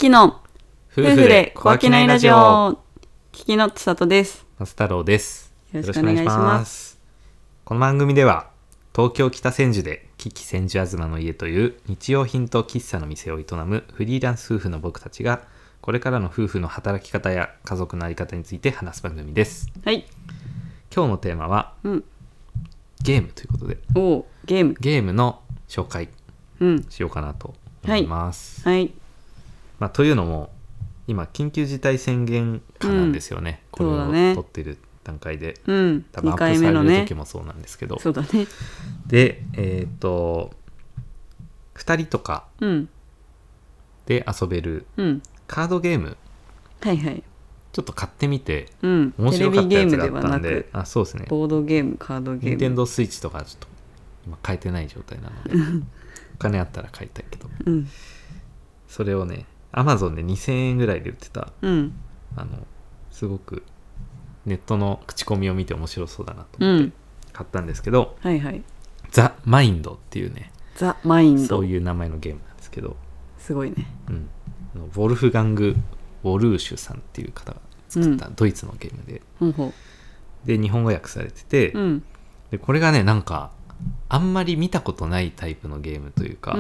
キの夫婦で小商いラジオ。 キキの千里です。 松太郎です。 よろしくお願いします。 この番組では東京北千住でキキ千住東の家という日用品と喫茶の店を営むフリーランス夫婦の僕たちがこれからの夫婦の働き方や家族の在り方について話す番組です。 はい。 今日のテーマは、ゲームということで、 ゲームの紹介しようかなと思います。 はい。 というのも今緊急事態宣言下なんですよね、これを撮ってる段階で、多分アップされる時もそうなんですけど、 そうだね。 で2人とかで遊べるカードゲーム、 はいはい、 ちょっと買ってみて、面白かったやつがあったんで、そうですね、 ボードゲーム、カードゲーム、 ニンテンドースイッチとかちょっと今買えてない状態なのでお金あったら買いたいけど、それをねアマゾンで2000円ぐらいで売ってた、すごくネットの口コミを見て面白そうだなと思って買ったんですけど、ザ・マインドっていうね、 ザ・マインド、 そういう名前のゲームなんですけど、 すごいね、 ウォルフガング・ウォルーシュさんっていう方が作ったドイツのゲームで、で日本語訳されてて、でこれがねなんかあんまり見たことないタイプのゲームというか、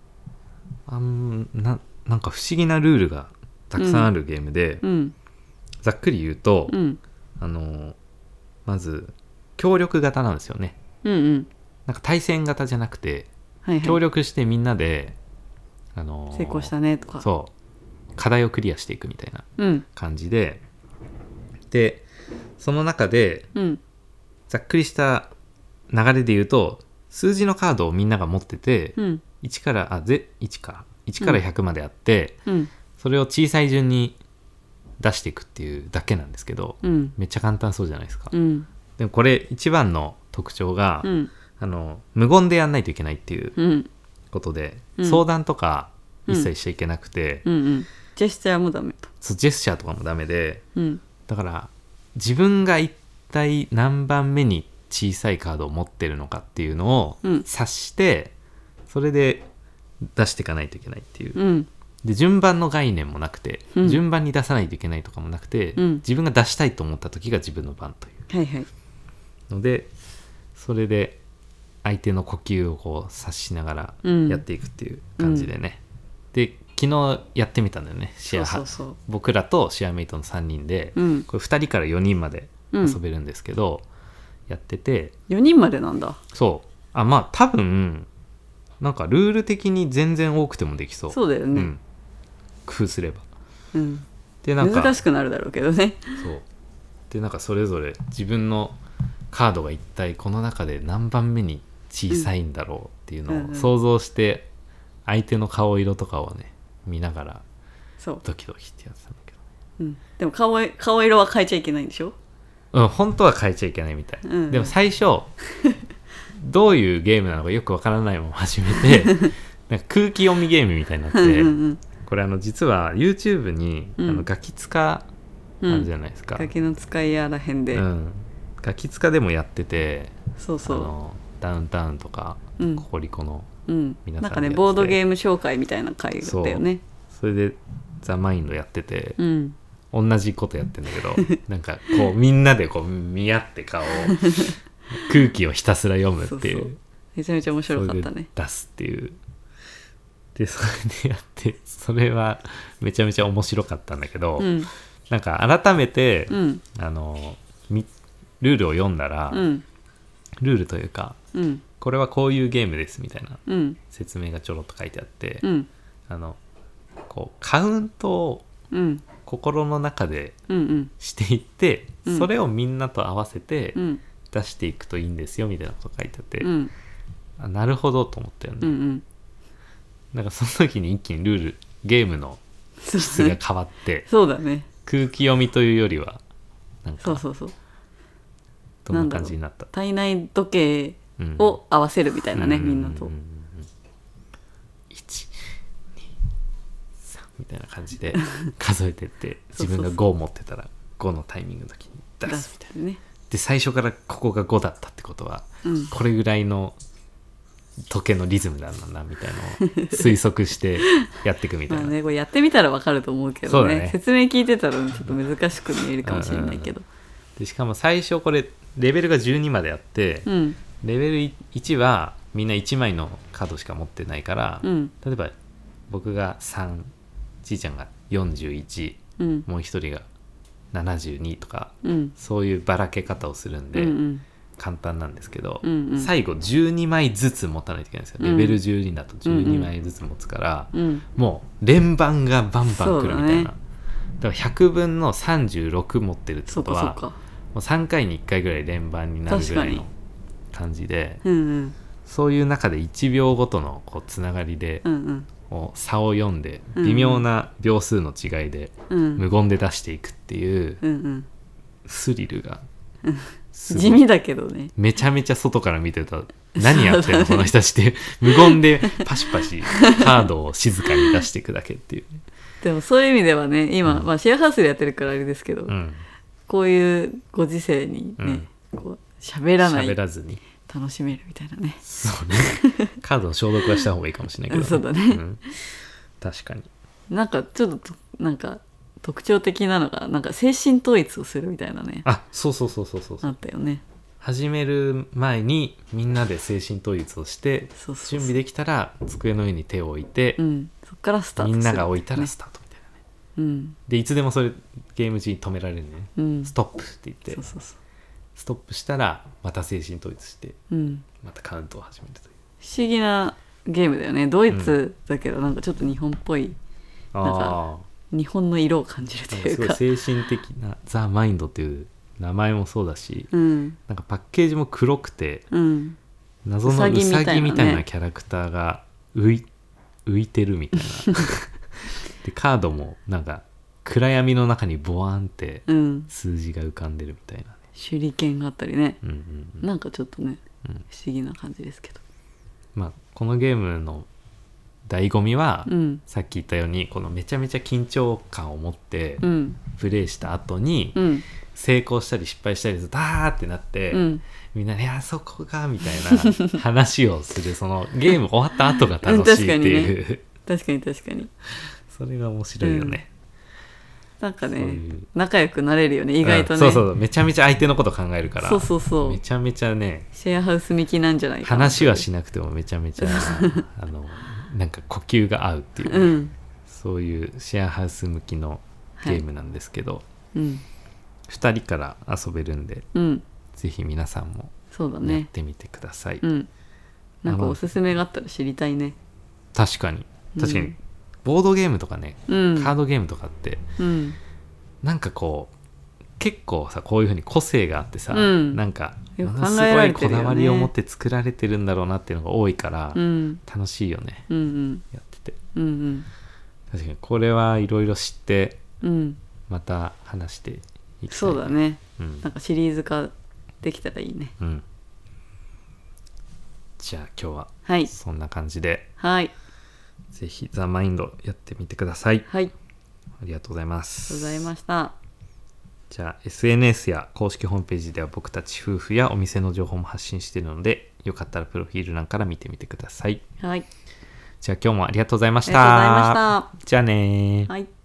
なんか不思議なルールがたくさんあるゲームで、ざっくり言うと、まず協力型なんですよね、なんか対戦型じゃなくて、協力してみんなで、 成功したねとか、 そう課題をクリアしていくみたいな感じで、でその中で、ざっくりした流れで言うと数字のカードをみんなが持ってて、1から100まであって、それを小さい順に出していくっていうだけなんですけど、めっちゃ簡単そうじゃないですか、でもこれ一番の特徴が、無言でやんないといけないっていうことで、相談とか一切しちゃいけなくて、 ジェスチャーもダメと。 そうジェスチャーとかもダメで、だから自分が一体何番目に小さいカードを持ってるのかっていうのを察して、それで出していかないといけないっていう、で順番の概念もなくて、順番に出さないといけないとかもなくて、自分が出したいと思った時が自分の番というので、それで相手の呼吸をこう察しながらやっていくっていう感じでね、で昨日やってみたんだよね、僕らとシェアメイトの3人で、これ2人から4人まで遊べるんですけど、やってて、 4人までなんだ。 そう、多分なんかルール的に全然多くてもできそう。 そうだよね、 工夫すれば、 でなんか難しくなるだろうけどね。 そうでなんかそれぞれ自分のカードが一体この中で何番目に小さいんだろうっていうのを想像して、相手の顔色とかをね見ながらドキドキってやってたんだけどね、 でも顔色は変えちゃいけないんでしょ。 本当は変えちゃいけないみたい、でも最初どういうゲームなのかよくわからないまま始めてなんか空気読みゲームみたいになって、これ実は YouTube に、ガキツカあるじゃないですか、 ガキの使いやらへんで、 ガキツカでもやってて、ダウンタウンとか、ココリコの皆さんなんかねボードゲーム紹介みたいな回だよね。 それでザ・マインドやってて、同じことやってんだけどなんかこうみんなでこう見合って顔を空気をひたすら読むっていうめちゃめちゃ面白かったね。 出すっていう、でそれでやって、それはめちゃめちゃ面白かったんだけど、なんか改めて、ルールを読んだら、ルールというか、これはこういうゲームですみたいな説明がちょろっと書いてあって、こうカウントを心の中でしていって、それをみんなと合わせて出していくといいんですよみたいなこと書いてあって、なるほどと思ったよね、なんかその時に一気にゲームの質が変わってそうだね、 空気読みというよりはなんかどんな感じになった。 体内時計を合わせるみたいなね、みんなと 1、2、3みたいな感じで数えてって自分が5を持ってたら5のタイミングの時に出すみたいな、で最初からここが5だったってことは、これぐらいの時計のリズムなんだなみたいなのを推測してやっていくみたいなまあね、これやってみたらわかると思うけど ね、 そうだね説明聞いてたらちょっと難しく見えるかもしれないけど、 でしかも最初これレベルが12まであって、 うん、 レベル1はみんな1枚のカードしか持ってないから、 うん、 例えば僕が3、ちいちゃんが41、 うん、 もう一人が72とか、 うん、 そういうばらけ方をするんで、 うんうん、 簡単なんですけど、 うんうん、 最後12枚ずつ持たないといけないんですよ、レベル12だと12枚ずつ持つから、 うん、 もう連番がバンバン来るみたいな、 だ,、 ね、 から100分の36持ってるってことはもう3回に1回ぐらい連番になるぐらいの感じで、 うんうん、 そういう中で1秒ごとのこうつながりで、 うんうん、 差を読んで微妙な秒数の違いで無言で出していくっていうスリルが地味だけどね、 めちゃめちゃ外から見てた何やってんのこの人たちって無言でパシパシカードを静かに出していくだけっていう、ね、 でもそういう意味ではね今、まあ、シェアハウスでやってるからあれですけど、こういうご時世にね、こう喋らずに楽しめるみたいなね。 そうねカードの消毒はした方がいいかもしれないけど、ね、 そうだね、 確かになんかちょっとなんか特徴的なのがなんか精神統一をするみたいなね、 そうあったよね。 始める前にみんなで精神統一をして準備できたら机の上に手を置いて、 そっからスタートする、 みんなが置いたらスタートみたいなね、でいつでもそれゲーム中に止められるね、ストップって言って、ストップしたらまた精神統一して、またカウントを始めるという不思議なゲームだよね。ドイツだけどなんかちょっと日本っぽい、なんか日本の色を感じるというか、 すごい精神的なザ・マインドっていう名前もそうだし、なんかパッケージも黒くて、謎のウサギみたいなキャラクターが浮いてるみたいなでカードもなんか暗闇の中にボワンって数字が浮かんでるみたいなね、 手裏剣があったりね、なんかちょっとね、不思議な感じですけど、 まあこのゲームの醍醐味は、さっき言ったようにこのめちゃめちゃ緊張感を持ってプレイした後に、成功したり失敗したりするとダーってなって、みんなねあそこがみたいな話をするそのゲーム終わった後が楽しいっていう確かにそれが面白いよね、 なんかね仲良くなれるよね意外とね、 そうめちゃめちゃ相手のこと考えるから、 そうめちゃめちゃねシェアハウス向きなんじゃないかな、 話はしなくてもめちゃめちゃなんか呼吸が合うっていう、ね、そういうシェアハウス向きのゲームなんですけど、2人から遊べるんで、ぜひ皆さんもやってみてください、 なんかおすすめがあったら知りたいね。 確かにボードゲームとかね、カードゲームとかって、なんかこう結構さこういう風に個性があってさ、なんかものすごいこだわりを持って作られてるんだろうなっていうのが多いから、楽しいよね、やってて、確かにこれはいろいろ知って、また話していきたい、 そうだね、なんかシリーズ化できたらいいね、 じゃあ今日はそんな感じで、ぜひザ・マインドやってみてください。ありがとうございます。 ありがとうございました。 じゃあ SNS や公式ホームページでは僕たち夫婦やお店の情報も発信しているので、よかったらプロフィール欄から見てみてください。じゃあ今日もありがとうございました。 ありがとうございました。 じゃあね。